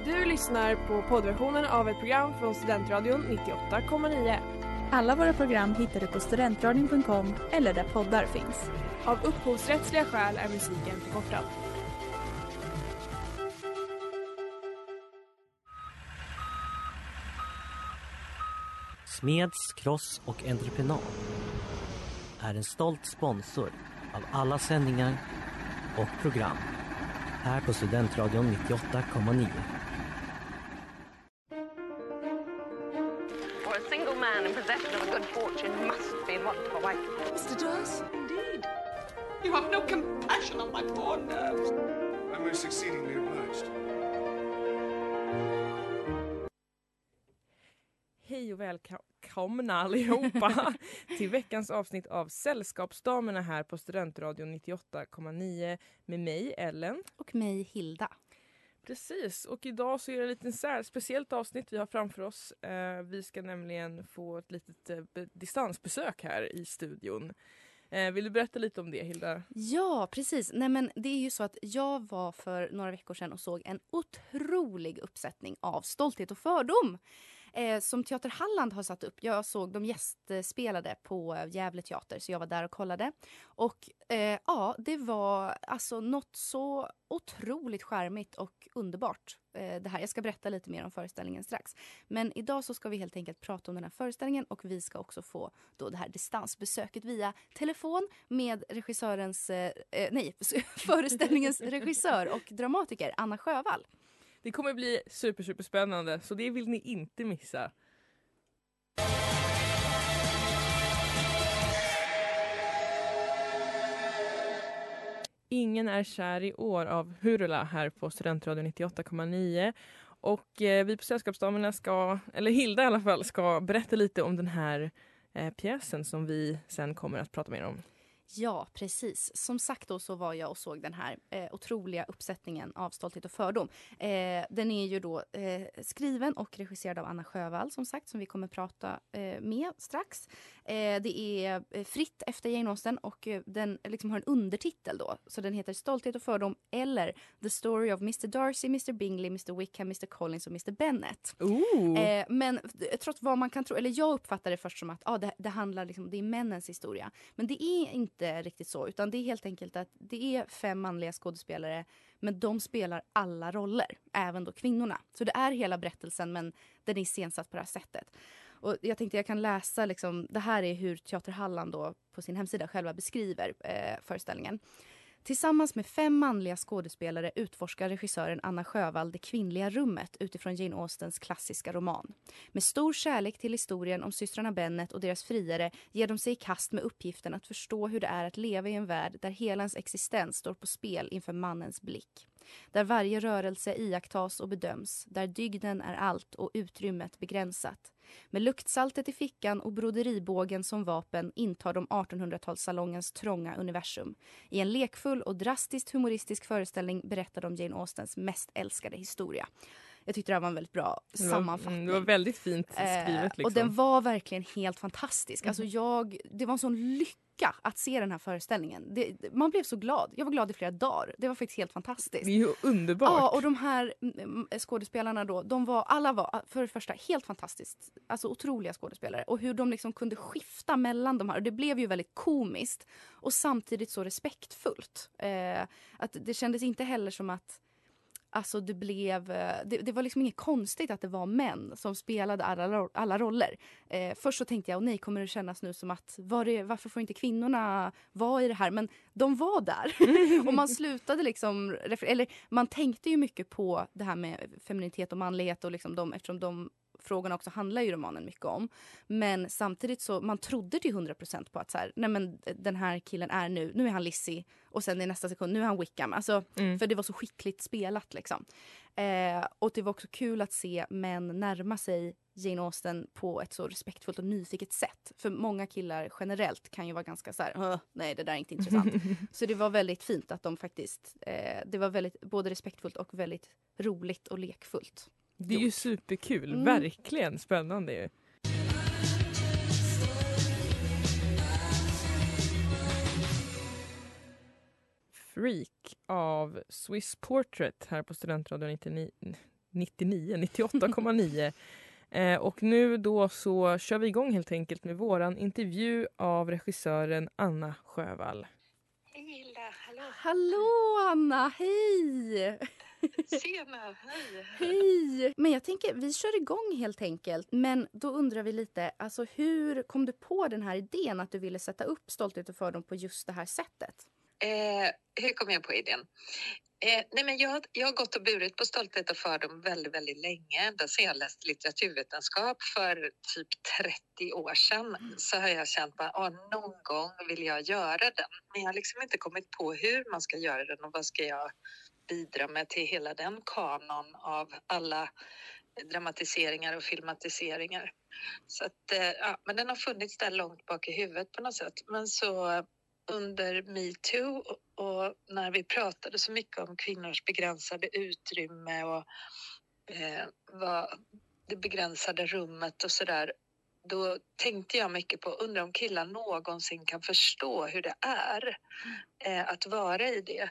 Du lyssnar på poddversionen av ett program från Studentradion 98,9. Alla våra program hittar du på studentradion.com eller där poddar finns. Av upphovsrättsliga skäl är musiken förkortad. Smeds, Cross och Entreprenad är en stolt sponsor av alla sändningar och program här på Studentradion 98,9. For a single man in possession of good fortune must be what a wife. Mr. Darcy, indeed. You have no compassion on my poor nerves. I'm most exceedingly obliged. Hej och välkomna allihopa till veckans avsnitt av Sällskapsdamerna här på Studentradion 98,9 med mig, Ellen. Och mig, Hilda. Precis, och idag så är det ett lite speciellt avsnitt vi har framför oss. Vi ska nämligen få ett litet distansbesök här i studion. Vill du berätta lite om det, Hilda? Ja, precis. Nej, men det är ju så att jag var för några veckor sedan och såg en otrolig uppsättning av Stolthet och fördom. Som Teater Halland har satt upp. Jag såg de gästspelade på Gävle teater, så jag var där och kollade. Och ja, det var alltså något så otroligt charmigt och underbart. Det här. Jag ska berätta lite mer om föreställningen strax. Men idag så ska vi helt enkelt prata om den här föreställningen, och vi ska också få då det här distansbesöket via telefon med regissörens, föreställningens regissör och dramatiker Anna Sjövall. Det kommer bli superspännande, så det vill ni inte missa. Ingen är kär i år av Hurula här på Studentradion 98,9. Och vi på Sällskapsdamerna Hilda i alla fall, ska berätta lite om den här pjäsen som vi sen kommer att prata mer om. Ja, precis. Som sagt då så var jag och såg den här otroliga uppsättningen av Stolthet och fördom. Den är ju då skriven och regisserad av Anna Sjövall, som sagt, som vi kommer prata med strax. Det är fritt efter Jane Austen, och den liksom har en undertitel då. Så den heter Stolthet och fördom eller The Story of Mr. Darcy, Mr. Bingley, Mr. Wickham, Mr. Collins och Mr. Bennet. Men trots vad man kan tro, eller jag uppfattar det först som att det handlar liksom, det är männens historia. Men det är inte riktigt så, utan det är helt enkelt att det är 5 manliga skådespelare, men de spelar alla roller, även då kvinnorna. Så det är hela berättelsen, men den är iscensatt på det här sättet. Och jag tänkte jag kan läsa, liksom, det här är hur Teater Halland då på sin hemsida själva beskriver föreställningen. Tillsammans med 5 manliga skådespelare utforskar regissören Anna Sjövall det kvinnliga rummet utifrån Jane Austens klassiska roman. Med stor kärlek till historien om systrarna Bennet och deras friare ger de sig i kast med uppgiften att förstå hur det är att leva i en värld där hela ens existens står på spel inför mannens blick. Där varje rörelse iakttas och bedöms, där dygden är allt och utrymmet begränsat. Med luktsaltet i fickan och broderibågen som vapen intar de 1800-talssalongens trånga universum. I en lekfull och drastiskt humoristisk föreställning berättar de Jane Austens mest älskade historia. Jag tyckte det var en väldigt bra sammanfattning. Det var väldigt fint skrivet. Liksom. Och den var verkligen helt fantastisk. Alltså det var en sån lycka att se den här föreställningen. Man blev så glad. Jag var glad i flera dagar. Det var faktiskt helt fantastiskt. Det är ju underbart. Ja, och de här skådespelarna då, alla var för det första helt fantastiskt. Alltså otroliga skådespelare. Och hur de liksom kunde skifta mellan de här. Och det blev ju väldigt komiskt. Och samtidigt så respektfullt. Att det kändes inte heller som att alltså det var liksom inget konstigt att det var män som spelade alla roller. Först så tänkte jag, nej, kommer det kännas nu som att varför får inte kvinnorna vara i det här? Men de var där. Och man slutade liksom, eller man tänkte ju mycket på det här med femininitet och manlighet, och liksom eftersom de frågorna också handlar ju romanen mycket om. Men samtidigt så man trodde till 100% på att så här, nej men den här killen är nu är han Lizzie, och sen i nästa sekund nu är han Wickham. Alltså, för det var så skickligt spelat liksom. Och det var också kul att se män närma sig Jane Austen på ett så respektfullt och nyfiket sätt. För många killar generellt kan ju vara ganska så här, nej, det där är inte intressant. Så det var väldigt fint att de faktiskt, det var väldigt både respektfullt och väldigt roligt och lekfullt. Det är ju superkul, verkligen spännande ju. Freak av Swiss Portrait här på Studentradion 98,9. Och nu då så kör vi igång helt enkelt med våran intervju av regissören Anna Sjövall. Hej Hilda, hallå. Hallå Anna, hej! Tjena, hej. Hej! Men jag tänker, vi kör igång helt enkelt. Men då undrar vi lite, alltså hur kom du på den här idén att du ville sätta upp Stolthet och fördom på just det här sättet? Hur kom jag på idén? Nej, men jag har gått och burit på Stolthet och fördom väldigt, väldigt länge. Ända sedan jag läste litteraturvetenskap för typ 30 år sedan så har jag känt att någon gång vill jag göra den. Men jag har liksom inte kommit på hur man ska göra den och vad ska jag bidra med till hela den kanon av alla dramatiseringar och filmatiseringar. Så att, men den har funnits där långt bak i huvudet på något sätt. Men så under MeToo och när vi pratade så mycket om kvinnors begränsade utrymme och det begränsade rummet och sådär, då tänkte jag mycket på, undrar om killar någonsin kan förstå hur det är att vara i det.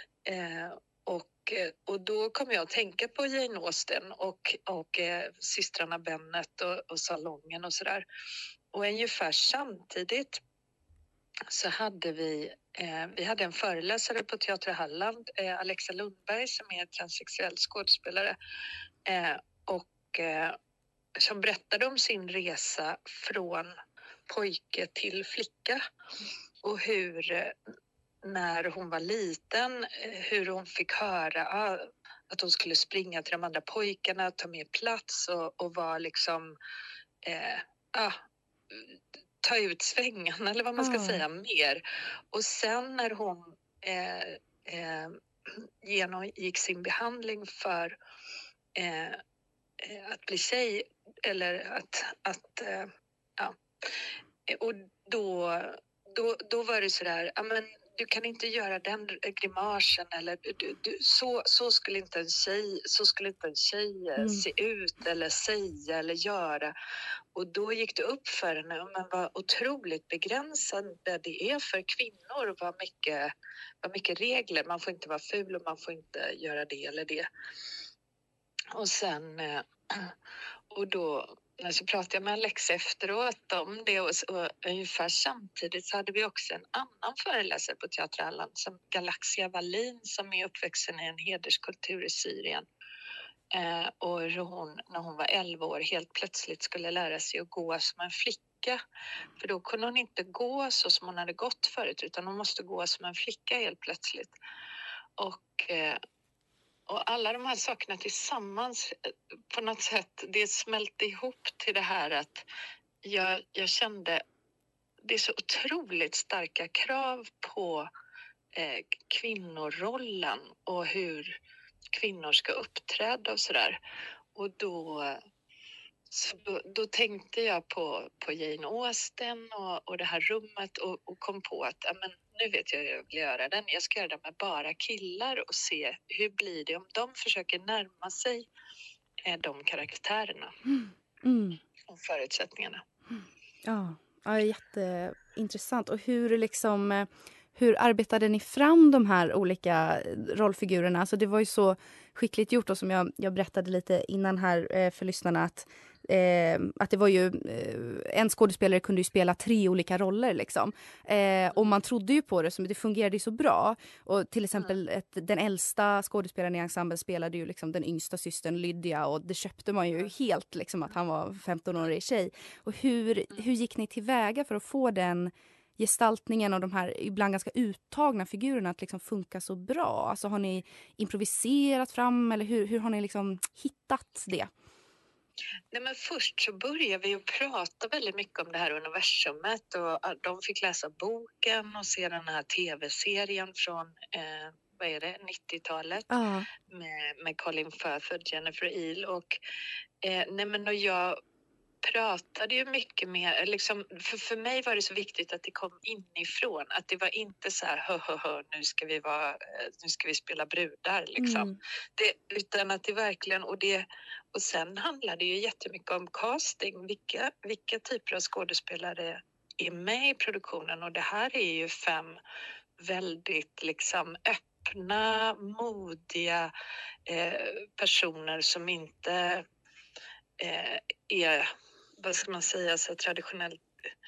Och då kom jag att tänka på Jane Austen och systrarna Bennet och salongen och sådär. Och ungefär samtidigt så hade vi hade en föreläsare på Teater Halland, Alexa Lundberg, som är transsexuell skådespelare och som berättade om sin resa från pojke till flicka och hur när hon var liten, hur hon fick höra att hon skulle springa till de andra pojkarna, ta mer plats och vara liksom ta ut svängarna eller vad man ska säga mer. Och sen när hon genomgick sin behandling för att bli tjej eller och då var det sådär, men du kan inte göra den grimasen eller så skulle inte en tjej se ut eller säga eller göra. Och då gick det upp för henne, men vad otroligt begränsande det är för kvinnor, vad mycket regler, man får inte vara ful och man får inte göra det eller det. Och sen och då så pratade jag med Alexa efteråt om det och ungefär samtidigt så hade vi också en annan föreläsare på Teater Halland som Galaxia Wallin, som är uppvuxen i en hederskultur i Syrien. Och hon, när hon var 11 år, helt plötsligt skulle lära sig att gå som en flicka. För då kunde hon inte gå så som hon hade gått förut, utan hon måste gå som en flicka helt plötsligt. Och alla de här sakerna tillsammans på något sätt, det smälte ihop till det här att jag kände det är så otroligt starka krav på kvinnorollen och hur kvinnor ska uppträda och sådär. Och då tänkte jag på Jane Austen och det här rummet och kom på att nu vet jag hur jag vill göra den. Jag ska göra den med bara killar och se hur blir det om de försöker närma sig de karaktärerna och förutsättningarna. Ja, jätteintressant. Och hur arbetade ni fram de här olika rollfigurerna? Alltså det var ju så skickligt gjort, och som jag berättade lite innan här för lyssnarna att det var ju en skådespelare kunde ju spela 3 olika roller liksom. Och man trodde ju på det, det fungerade ju så bra. Och till exempel den äldsta skådespelaren i ensemblen spelade ju liksom den yngsta systern Lydia, och det köpte man ju helt liksom, att han var 15-årig tjej. Och hur gick ni tillväga för att få den gestaltningen och de här ibland ganska uttagna figurerna att liksom funka så bra? Alltså har ni improviserat fram, eller hur har ni liksom hittat det? Nej, men först så började vi att prata väldigt mycket om det här universumet, och de fick läsa boken och se den här tv-serien från 90-talet med Colin Firth och Jennifer Ehle, och jag pratade ju mycket mer, liksom, för mig var det så viktigt att det kom inifrån, att det var inte så här nu ska vi spela brudar liksom. Utan att det verkligen, och sen handlade det ju jättemycket om casting, vilka typer av skådespelare är med i produktionen, och det här är ju 5 väldigt liksom öppna, modiga personer som inte är, vad ska man säga, så traditionellt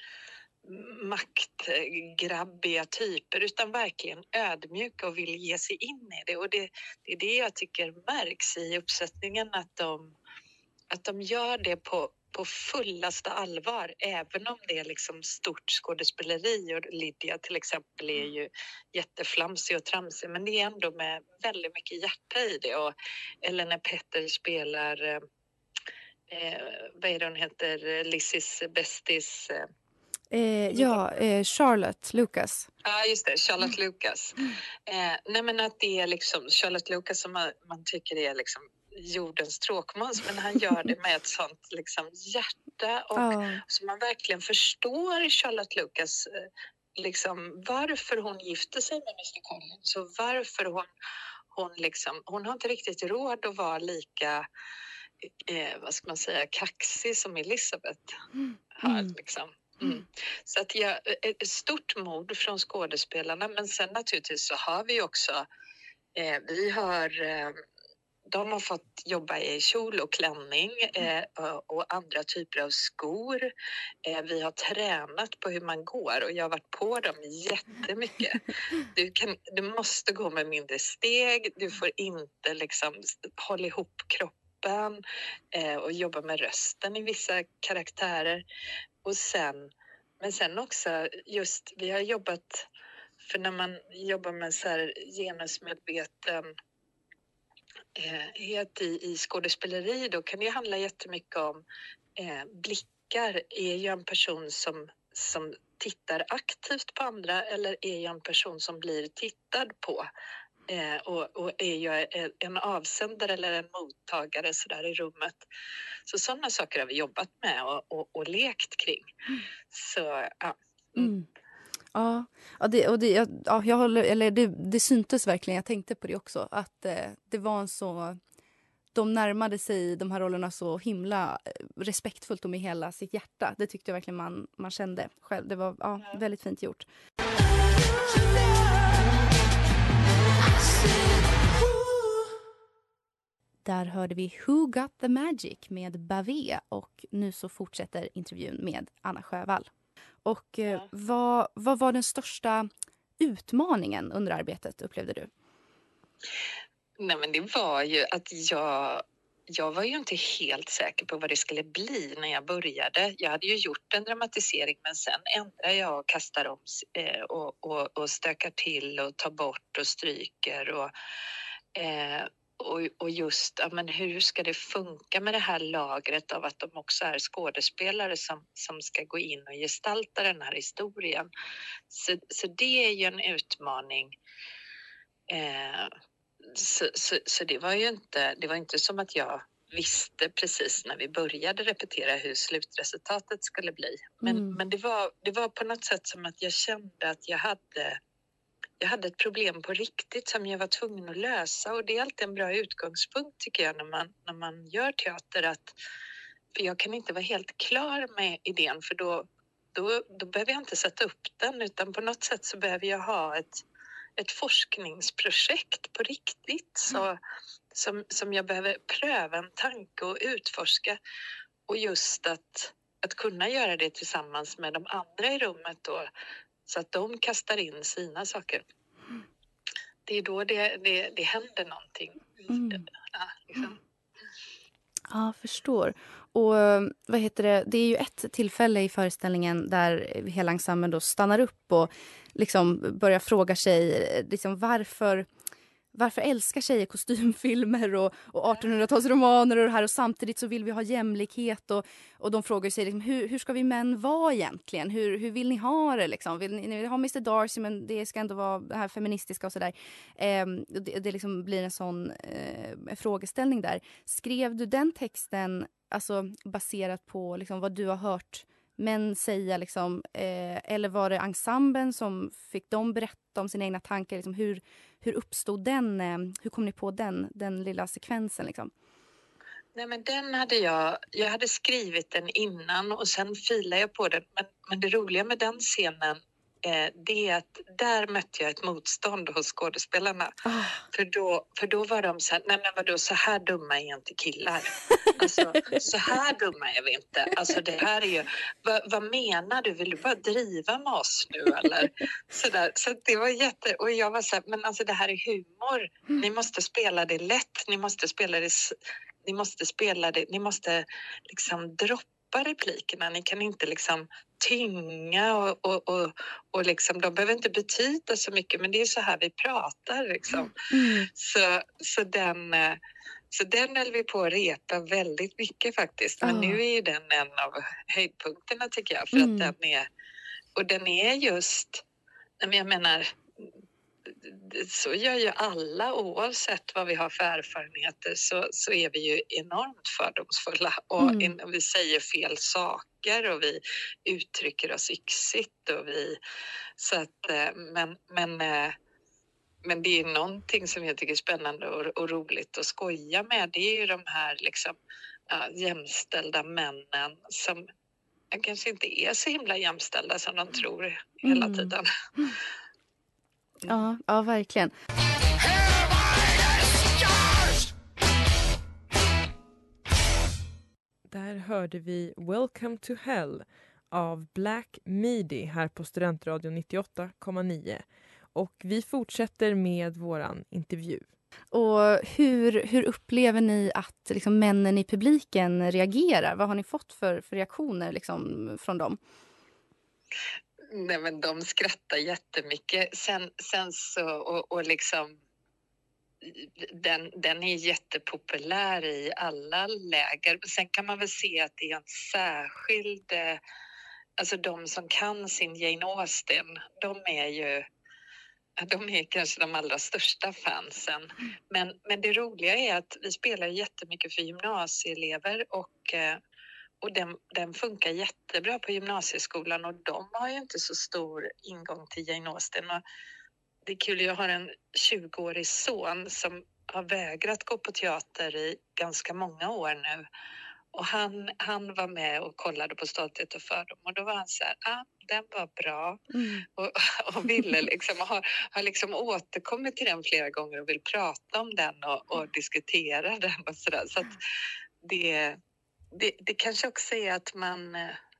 maktgrabbiga typer, utan verkligen ödmjuka och vill ge sig in i det. Och det är det jag tycker märks i uppsättningen, att de gör det på fullaste allvar, även om det är liksom stort skådespeleri. Och Lydia till exempel är ju jätteflamsig och tramsig, men det är ändå med väldigt mycket hjärta i det. Och Elena Petter spelar vad är det hon heter, Lizzys bästis, Charlotte Lucas. Ja, just det, Charlotte Lucas. Nej, men att det är liksom Charlotte Lucas som man tycker är liksom jordens tråkmåns, men han gör det med ett sånt liksom hjärta, och så man verkligen förstår Charlotte Lucas, liksom varför hon gifte sig med Mr. Collins, och varför hon har inte riktigt råd att vara lika vad ska man säga, kaxig som Elizabeth har liksom. Så att ett stort mod från skådespelarna, men sen naturligtvis så har vi också de har fått jobba i kjol och klänning och andra typer av skor. Vi har tränat på hur man går, och jag har varit på dem jättemycket. Du måste gå med mindre steg, du får inte liksom hålla ihop kroppen och jobba med rösten i vissa karaktärer. Men sen också just, vi har jobbat, för när man jobbar med så här genusmedveten i skådespeleri, då kan det handla jättemycket om blickar. Är jag en person som tittar aktivt på andra, eller är jag en person som blir tittad på? Och är jag en avsändare eller en mottagare så där i rummet? Så sådana saker har vi jobbat med och lekt kring. Så ja. Jag håller, eller det syntes verkligen. Jag tänkte på det också, att det var de närmade sig de här rollerna så himla respektfullt och med hela sitt hjärta. Det tyckte jag verkligen man kände själv. Det var väldigt fint gjort. Där hörde vi Who Got The Magic med Bavé, och nu så fortsätter intervjun med Anna Sjövall. Och vad var den största utmaningen under arbetet, upplevde du? Nej, men det var ju att jag var ju inte helt säker på vad det skulle bli när jag började. Jag hade ju gjort en dramatisering, men sen ändrar jag och kastar om och stökar till och tar bort och stryker och just, men hur ska det funka med det här lagret av att de också är skådespelare som ska gå in och gestalta den här historien. Så det är ju en utmaning. Så det var inte som att jag visste precis när vi började repetera hur slutresultatet skulle bli. Men det var på något sätt som att jag kände att jag hade ett problem på riktigt som jag var tvungen att lösa, och det är alltid en bra utgångspunkt tycker jag när man gör teater, för jag kan inte vara helt klar med idén, för då behöver jag inte sätta upp den, utan på något sätt så behöver jag ha ett forskningsprojekt på riktigt som jag behöver pröva en tanke och utforska, och just att kunna göra det tillsammans med de andra i rummet då, så att de kastar in sina saker. Det är då det händer någonting. Ja, liksom. Ja, förstår. Och det är ju ett tillfälle i föreställningen där hela ensemblen då stannar upp och liksom börjar fråga sig liksom varför älskar tjejer kostymfilmer och 1800-talsromaner och det här, och samtidigt så vill vi ha jämlikhet, och de frågar sig liksom, hur ska vi män vara egentligen? Hur vill ni ha det liksom? Vill ni ha Mr. Darcy, men det ska ändå vara det här feministiska och sådär. Det liksom blir en sån frågeställning där. Skrev du den texten alltså baserat på liksom vad du har hört män säga liksom, eller var det ensemblen som fick dem berätta om sina egna tankar liksom, hur uppstod den, hur kom ni på den lilla sekvensen liksom? Nej, men den hade jag hade skrivit den innan och sen filade jag på den, men det roliga med den scenen det är att där mötte jag ett motstånd hos skådespelarna. För då var de så här, nej men vadå, så här dumma är inte killar. Alltså, så här dumma är vi inte. Alltså det här är ju, vad menar du? Vill du bara driva med oss nu eller? Så det var och jag var så här, men alltså det här är humor. Ni måste spela det lätt, ni måste liksom droppa replikerna. Ni kan inte liksom tynga och liksom, de behöver inte betyda så mycket, men det är så här vi pratar liksom. Så den höll vi på att repa väldigt mycket faktiskt. Men nu är ju den en av höjdpunkterna tycker jag, för att den är just, jag menar, så gör ju alla, oavsett vad vi har för erfarenheter, så är vi ju enormt fördomsfulla och vi säger fel saker och vi uttrycker oss yxigt och men det är någonting som jag tycker är spännande och roligt att skoja med. Det är ju de här liksom, jämställda männen som kanske inte är så himla jämställda som de tror hela tiden. Ja, verkligen. Där hörde vi Welcome to Hell av Black Midi här på Studentradion 98,9. Och vi fortsätter med våran intervju. Och hur upplever ni att liksom, männen i publiken reagerar? Vad har ni fått för reaktioner liksom, från dem? Nej, men de skrattar jättemycket. Sen så och liksom den är jättepopulär i alla läger. Sen kan man väl se att det är en särskild, alltså de som kan sin Jane Austen, de är kanske de allra största fansen. Men det roliga är att vi spelar jättemycket för gymnasieelever och den funkar jättebra på gymnasieskolan och de har ju inte så stor ingång till Jane Austen. Och det är kul, jag har en 20-årig son som har vägrat gå på teater i ganska många år nu. Och han var med och kollade på Stolthet och fördom och då var han så här, den var bra. Och ville liksom, har liksom återkommit till den flera gånger och vill prata om den och diskutera den och sådär. Så att det kanske också är att man,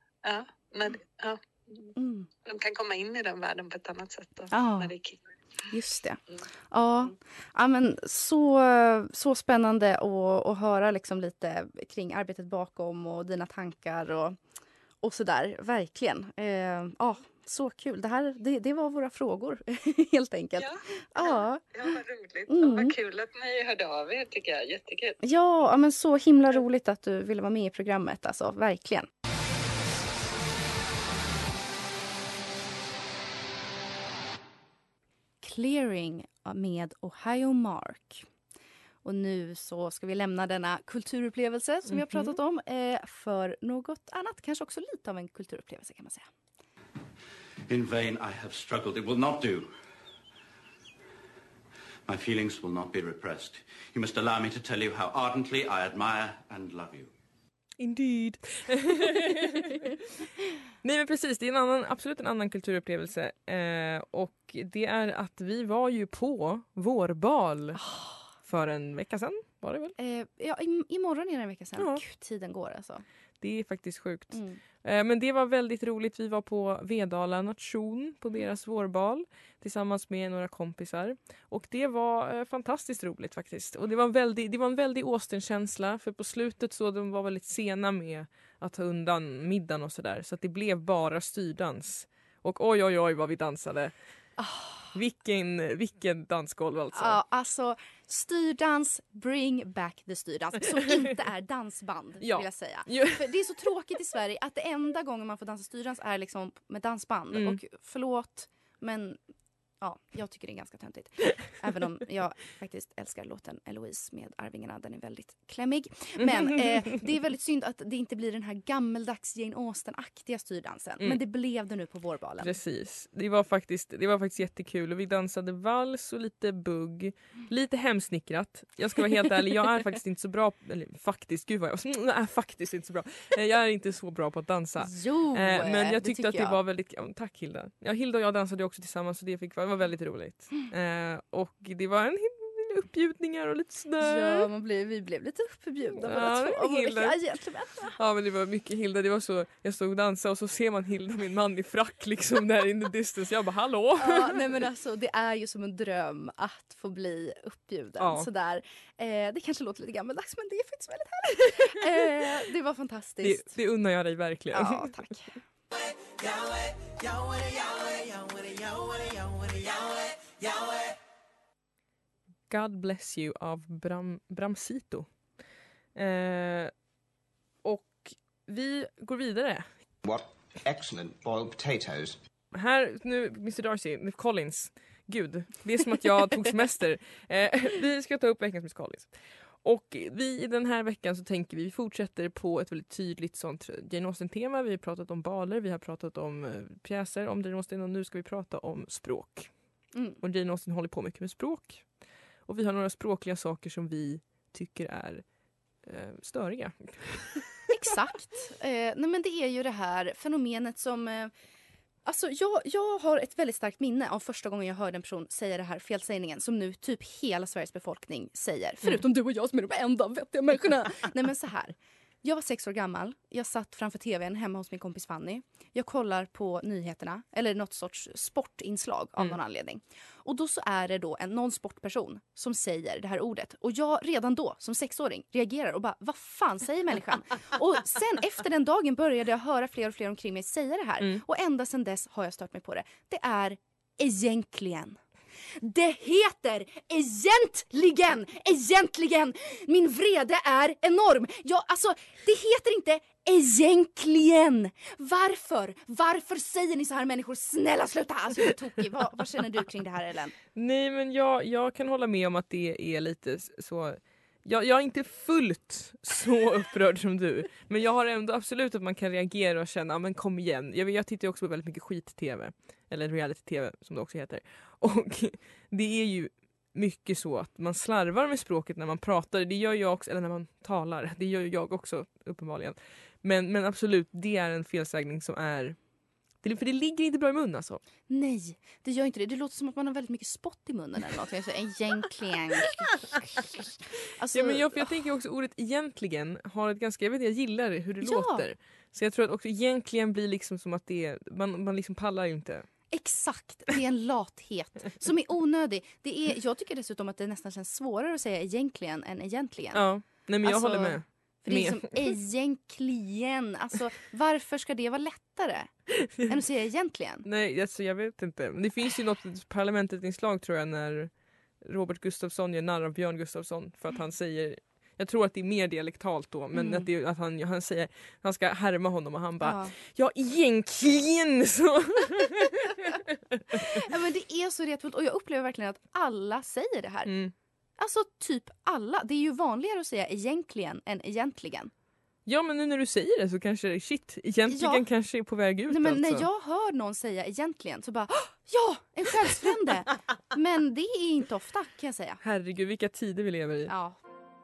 de kan komma in i den världen på ett annat sätt då, när det är killar. Just det. Ja, men så spännande att höra liksom lite kring arbetet bakom och dina tankar och sådär. Verkligen. Så kul. Det var våra frågor helt enkelt. Ja, vad roligt. Vad kul att ni hörde av er, tycker jag. Jättekul. Ja, men så himla roligt att du ville vara med i programmet. Alltså, verkligen. Clearing med Ohio Mark. Och nu så ska vi lämna denna kulturupplevelse som vi har pratat om för något annat. Kanske också lite av en kulturupplevelse kan man säga. In vain I have struggled. It will not do. My feelings will not be repressed. You must allow me to tell you how ardently I admire and love you. Indeed. Nej men precis, det är absolut en annan kulturupplevelse. Och det är att vi var ju på vårbal för en vecka sedan, var det väl? Imorgon är det en vecka sedan. Ja. Gud, tiden går alltså. Det är faktiskt sjukt. Men det var väldigt roligt. Vi var på Vedala nation på deras vårbal tillsammans med några kompisar. Och det var fantastiskt roligt faktiskt. Och det var en väldig Austen-känsla. För på slutet så de var väldigt sena med att ta undan middagen och sådär. Så att det blev bara styrdans. Och oj vad vi dansade. Vilken dansgolv alltså. Ja, alltså styrdans, bring back the styrdans. Som inte är dansband vill jag säga. För det är så tråkigt i Sverige att det enda gången man får dansa styrdans är liksom med dansband. Och förlåt, men Ja, jag tycker det är ganska töntigt. Även om jag faktiskt älskar låten Eloise med Arvingarna. Den är väldigt klämmig. Men det är väldigt synd att det inte blir den här gammeldags Jane Austen-aktiga styrdansen. Men det blev det nu på vårbalen. Precis. Det var faktiskt jättekul. Och vi dansade vals och lite bugg. Lite hemsnickrat. Jag ska vara helt ärlig, jag är faktiskt inte så bra. Eller faktiskt, gud vad jag är faktiskt inte så bra. Jag är inte så bra på att dansa. Jo, men jag tyckte att det jag. var väldigt... Ja, tack Hilda. Ja, Hilda och jag dansade också tillsammans så det var väldigt roligt. Och det var en uppbjudningar och lite snö. Ja, vi blev lite uppbjudna båda två. Ja, men det var mycket Hilda. Det var så, jag stod och dansade och så ser man Hilda, min man i frack liksom där in the distance. Jag bara, hallå! Ja, nej men alltså, det är ju som en dröm att få bli uppbjuden. Ja. Sådär. Det kanske låter lite gammaldags, men det är faktiskt väldigt härligt. Det var fantastiskt. Det unnar jag dig verkligen. Ja, tack. God Bless You av Bramsito. Och vi går vidare. What excellent boiled potatoes. Här nu, Mr. Darcy, Collins. Gud, det är som att jag tog semester. Vi ska ta upp veckans Miss Collins. Och vi i den här veckan så tänker vi fortsätter på ett väldigt tydligt sånt Jane Austen-tema. Vi har pratat om baler, vi har pratat om pjäser om Jane Austen och nu ska vi prata om språk. Och Jane Austen håller på mycket med språk. Och vi har några språkliga saker som vi tycker är störiga. Exakt. Nej, men det är ju det här fenomenet som... Alltså jag har ett väldigt starkt minne av första gången jag hörde en person säga det här felsägningen som nu typ hela Sveriges befolkning säger. Förutom du och jag som är de enda vettiga människorna. Nej men så här. Jag var 6 år gammal. Jag satt framför tvn hemma hos min kompis Fanny. Jag kollar på nyheterna. Eller något sorts sportinslag av någon anledning. Och då så är det då någon sportperson som säger det här ordet. Och jag redan då som 6-åring reagerar och bara, vad fan säger människan? Och sen efter den dagen började jag höra fler och fler omkring mig säga det här. Och ända sedan dess har jag stört mig på det. Det är egentligen. Det heter egentligen. Min vrede är enorm. Det heter inte egentligen. Varför säger ni så här människor? Snälla sluta. Alltså, jag är tokig. Vad känner du kring det här, Ellen? Nej, men jag kan hålla med om att det är lite så... Jag är inte fullt så upprörd som du. Men jag har ändå absolut att man kan reagera och känna, men kom igen. Jag tittar ju också på väldigt mycket skit-tv. Eller reality-tv som det också heter. Och det är ju mycket så att man slarvar med språket när man pratar. Det gör jag också, eller när man talar. Det gör jag också uppenbarligen. Men absolut, det är en felsägning som är... För det ligger inte bra i munnen alltså. Nej, det gör inte det. Det låter som att man har väldigt mycket spott i munnen eller något. Egentligen. Alltså, ja, men jag tänker också ordet egentligen har ett ganska... Jag gillar hur det låter. Så jag tror att också egentligen blir liksom som att det är... Man liksom pallar ju inte. Exakt, det är en lathet som är onödig. Jag tycker dessutom att det nästan känns svårare att säga egentligen än egentligen. Ja, nej men jag håller med. För det är liksom egentligen. Alltså, varför ska det vara lättare än att säga egentligen? Nej, alltså, jag vet inte. Det finns ju något Parlamentet-inslag tror jag när Robert Gustafsson gör narr av Björn Gustafsson för att han säger... Jag tror att det är mer dialektalt då, men att han säger han ska härma honom och han bara ja egentligen så. Ja, men det är så retfullt och jag upplever verkligen att alla säger det här. Alltså typ alla. Det är ju vanligare att säga egentligen än egentligen. Ja, men nu när du säger det så kanske egentligen kanske är på väg ut. Nej, men alltså. när jag hör någon säga egentligen så bara ja, en själsfrände. Men det är inte ofta kan jag säga. Herregud, vilka tider vi lever i. Ja.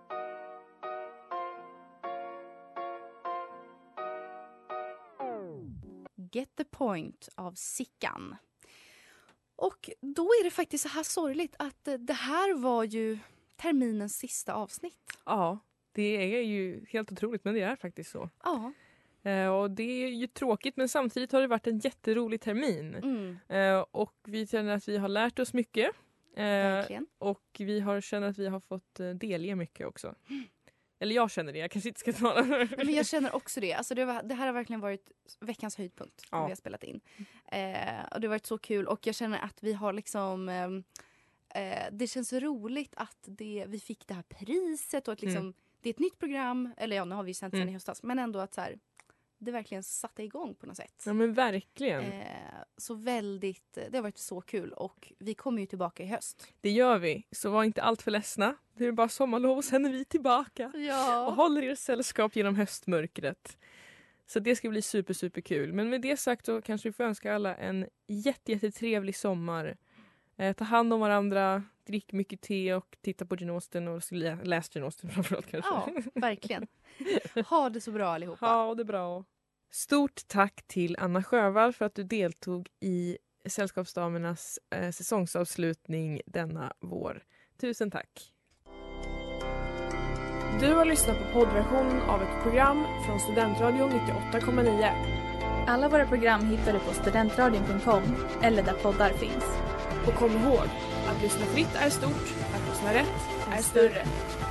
Get the point av Sickan. Och då är det faktiskt så här sorgligt att det här var ju terminens sista avsnitt. Ja, det är ju helt otroligt men det är faktiskt så. Ja. Och det är ju tråkigt men samtidigt har det varit en jätterolig termin. Och vi känner att vi har lärt oss mycket. Och vi känner att vi har fått delge mycket också. Eller jag känner det, jag kanske inte ska tala. Men jag känner också det. Alltså det här har verkligen varit veckans höjdpunkt när vi har spelat in. Och det har varit så kul. Och jag känner att vi har liksom... det känns roligt att vi fick det här priset. Och att liksom, det är ett nytt program. Eller ja, nu har vi sänt sen i höstas. Men ändå att så här, det verkligen satte igång på något sätt. Ja, men verkligen. Så det har varit så kul och vi kommer ju tillbaka i höst. Det gör vi, så var inte allt för ledsna. Det är bara sommarlov och sen är vi tillbaka. Ja. Och håller er sällskap genom höstmörkret. Så det ska bli super kul. Men med det sagt så kanske vi får önska alla en jättetrevlig sommar. Ta hand om varandra, drick mycket te och titta på Jane Austen och läs Jane Austen framförallt kanske. Ja, verkligen. Ha det så bra allihopa. Ha det bra. Stort tack till Anna Sjövall för att du deltog i Sällskapsdamernas säsongsavslutning denna vår. Tusen tack. Du har lyssnat på poddversionen av ett program från Studentradion 98,9. Alla våra program hittar du på studentradion.com eller där poddar finns. Och kom ihåg, att lyssna fritt är stort, att lyssna rätt är större.